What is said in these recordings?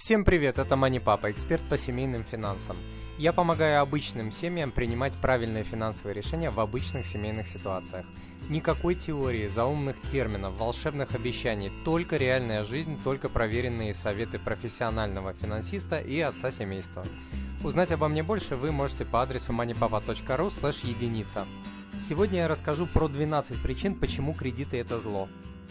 Всем привет, это Манипапа, эксперт по семейным финансам. Я помогаю обычным семьям принимать правильные финансовые решения в обычных семейных ситуациях. Никакой теории, заумных терминов, волшебных обещаний, только реальная жизнь, только проверенные советы профессионального финансиста и отца семейства. Узнать обо мне больше вы можете по адресу moneypapa.ru/единица. Сегодня я расскажу про 12 причин, почему кредиты это зло.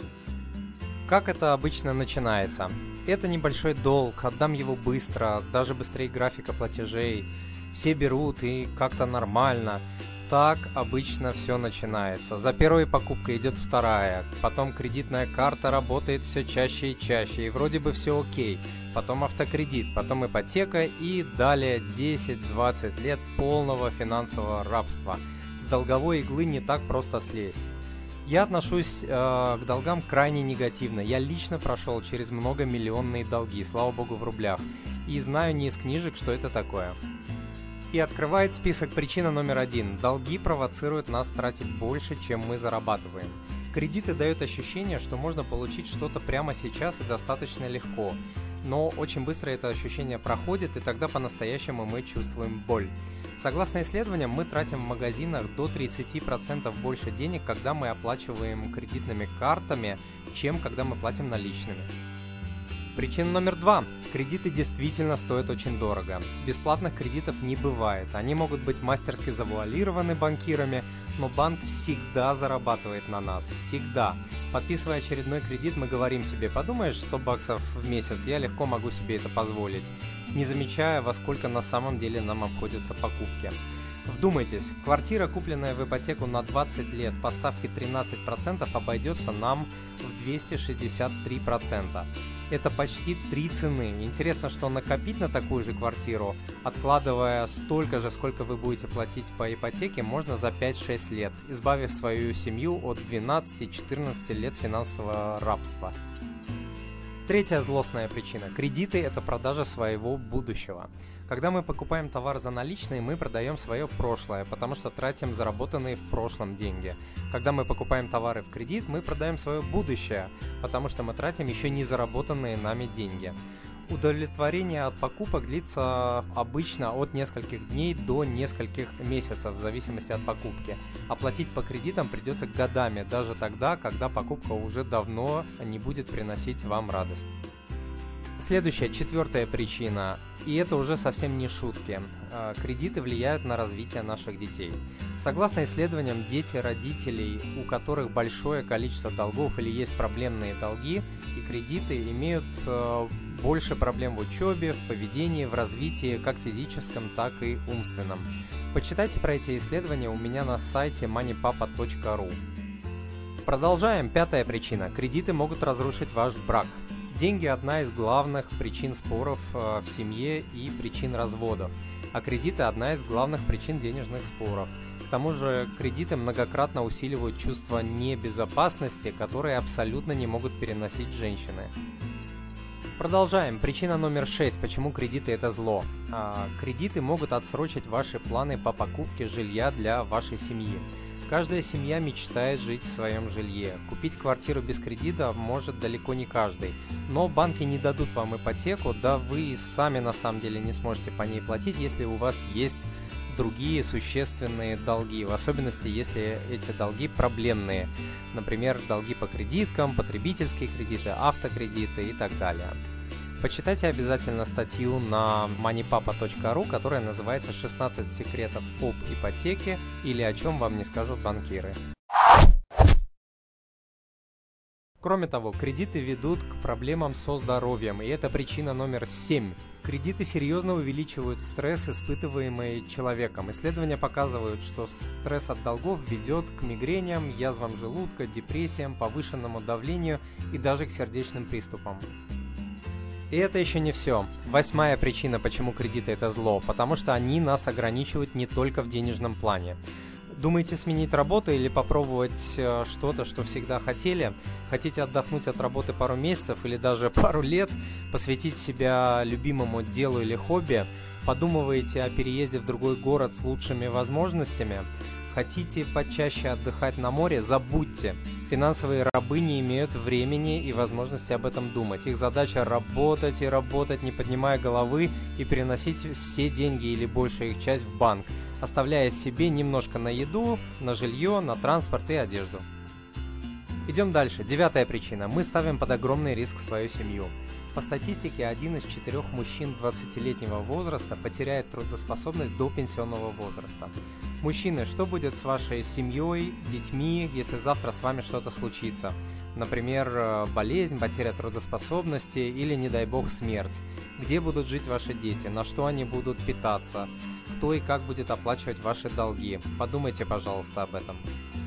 Как это обычно начинается? Это небольшой долг, отдам его быстро, даже быстрее графика платежей. Все берут и как-то нормально. Так обычно все начинается. За первой покупкой идет вторая, потом кредитная карта работает все чаще и чаще, и вроде бы все окей. Потом автокредит, потом ипотека и далее 10-20 лет полного финансового рабства. С долговой иглы не так просто слезть. Я отношусь к долгам крайне негативно. Я лично прошел через многомиллионные долги, слава богу, в рублях. И знаю не из книжек, что это такое. И открывает список причина номер 1. Долги провоцируют нас тратить больше, чем мы зарабатываем. Кредиты дают ощущение, что можно получить что-то прямо сейчас и достаточно легко. Но очень быстро это ощущение проходит, и тогда по-настоящему мы чувствуем боль. Согласно исследованиям, мы тратим в магазинах до 30% больше денег, когда мы оплачиваем кредитными картами, чем когда мы платим наличными. Причина номер 2. Кредиты действительно стоят очень дорого. Бесплатных кредитов не бывает. Они могут быть мастерски завуалированы банкирами, но банк всегда зарабатывает на нас. Всегда. Подписывая очередной кредит, мы говорим себе: подумаешь, 100 баксов в месяц, я легко могу себе это позволить, не замечая, во сколько на самом деле нам обходятся покупки. Вдумайтесь, квартира, купленная в ипотеку на 20 лет по ставке 13%, обойдется нам в 263%. Это почти 3 цены. Интересно, что накопить на такую же квартиру, откладывая столько же, сколько вы будете платить по ипотеке, можно за 5-6 лет, избавив свою семью от 12-14 лет финансового рабства. Третья злостная причина. Кредиты – это продажа своего будущего. Когда мы покупаем товар за наличные, мы продаем свое прошлое, потому что тратим заработанные в прошлом деньги. Когда мы покупаем товары в кредит, мы продаем свое будущее, потому что мы тратим еще не заработанные нами деньги. Удовлетворение от покупок длится обычно от нескольких дней до нескольких месяцев, в зависимости от покупки. Оплатить по кредитам придется годами, даже тогда, когда покупка уже давно не будет приносить вам радость. Следующая, 4-я причина, и это уже совсем не шутки. Кредиты влияют на развитие наших детей. Согласно исследованиям, дети родителей, у которых большое количество долгов или есть проблемные долги и кредиты, имеют больше проблем в учебе, в поведении, в развитии как физическом, так и умственном. Почитайте про эти исследования у меня на сайте moneypapa.ru. Продолжаем. 5-я причина. Кредиты могут разрушить ваш брак. Деньги – одна из главных причин споров в семье и причин разводов, а кредиты – одна из главных причин денежных споров. К тому же кредиты многократно усиливают чувство небезопасности, которые абсолютно не могут переносить женщины. Продолжаем. Причина номер 6, почему кредиты – это зло. Кредиты могут отсрочить ваши планы по покупке жилья для вашей семьи. Каждая семья мечтает жить в своем жилье. Купить квартиру без кредита может далеко не каждый. Но банки не дадут вам ипотеку, да вы и сами на самом деле не сможете по ней платить, если у вас есть другие существенные долги, в особенности если эти долги проблемные. Например, долги по кредиткам, потребительские кредиты, автокредиты и так далее. Почитайте обязательно статью на moneypapa.ru, которая называется «16 секретов об ипотеке» или «О чем вам не скажут банкиры». Кроме того, кредиты ведут к проблемам со здоровьем, и это причина номер 7. Кредиты серьезно увеличивают стресс, испытываемый человеком. Исследования показывают, что стресс от долгов ведет к мигрениям, язвам желудка, депрессиям, повышенному давлению и даже к сердечным приступам. И это еще не все. 8-я причина, почему кредиты это зло, потому что они нас ограничивают не только в денежном плане. Думаете сменить работу или попробовать что-то, что всегда хотели? Хотите отдохнуть от работы пару месяцев или даже пару лет, посвятить себя любимому делу или хобби? Подумываете о переезде в другой город с лучшими возможностями? Хотите почаще отдыхать на море? Забудьте. Финансовые рабы не имеют времени и возможности об этом думать. Их задача работать и работать, не поднимая головы, и переносить все деньги или большую их часть в банк, оставляя себе немножко на еду, на жилье, на транспорт и одежду. Идем дальше. 9-я причина. Мы ставим под огромный риск свою семью. По статистике, 1 из 4 мужчин 20-летнего возраста потеряет трудоспособность до пенсионного возраста. Мужчины, что будет с вашей семьей, детьми, если завтра с вами что-то случится? Например, болезнь, потеря трудоспособности или, не дай бог, смерть. Где будут жить ваши дети? На что они будут питаться? Кто и как будет оплачивать ваши долги? Подумайте, пожалуйста, об этом.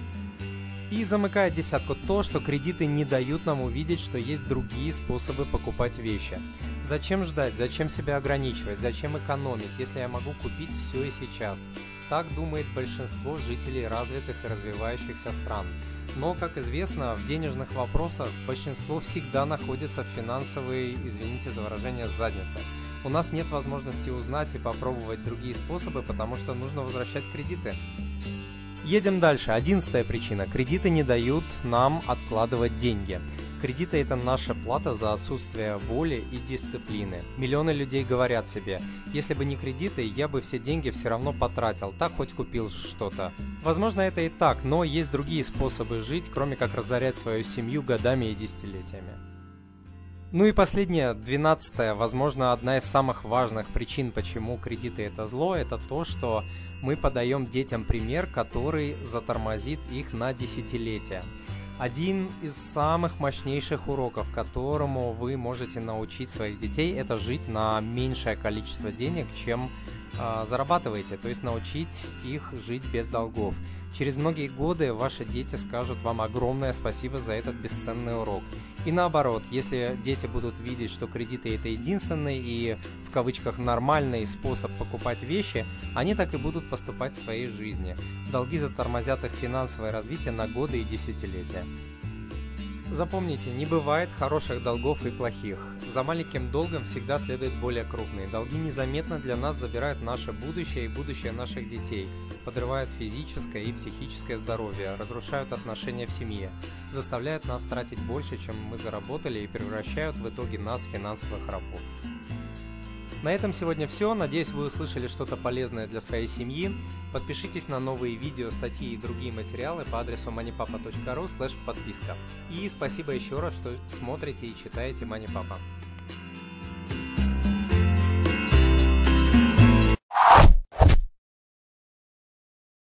И замыкает десятку то, что кредиты не дают нам увидеть, что есть другие способы покупать вещи. Зачем ждать, зачем себя ограничивать, зачем экономить, если я могу купить все и сейчас? Так думает большинство жителей развитых и развивающихся стран. Но, как известно, в денежных вопросах большинство всегда находится в финансовой, извините за выражение, заднице. У нас нет возможности узнать и попробовать другие способы, потому что нужно возвращать кредиты. Едем дальше. 11-я причина. Кредиты не дают нам откладывать деньги. Кредиты – это наша плата за отсутствие воли и дисциплины. Миллионы людей говорят себе: если бы не кредиты, я бы все деньги все равно потратил, так хоть купил что-то. Возможно, это и так, но есть другие способы жить, кроме как разорять свою семью годами и десятилетиями. Ну и последняя, 12-я, возможно, одна из самых важных причин, почему кредиты это зло, это то, что мы подаем детям пример, который затормозит их на десятилетия. Один из самых мощнейших уроков, которому вы можете научить своих детей, это жить на меньшее количество денег, чем зарабатываете, то есть научить их жить без долгов. Через многие годы ваши дети скажут вам огромное спасибо за этот бесценный урок. И наоборот, если дети будут видеть, что кредиты это единственный и в кавычках нормальный способ покупать вещи, они так и будут поступать в своей жизни. Долги затормозят их финансовое развитие на годы и десятилетия. Запомните, не бывает хороших долгов и плохих. За маленьким долгом всегда следует более крупный. Долги незаметно для нас забирают наше будущее и будущее наших детей, подрывают физическое и психическое здоровье, разрушают отношения в семье, заставляют нас тратить больше, чем мы заработали, и превращают в итоге нас в финансовых рабов. На этом сегодня все. Надеюсь, вы услышали что-то полезное для своей семьи. Подпишитесь на новые видео, статьи и другие материалы по адресу moneypapa.ru/подписка. И спасибо еще раз, что смотрите и читаете Money Papa.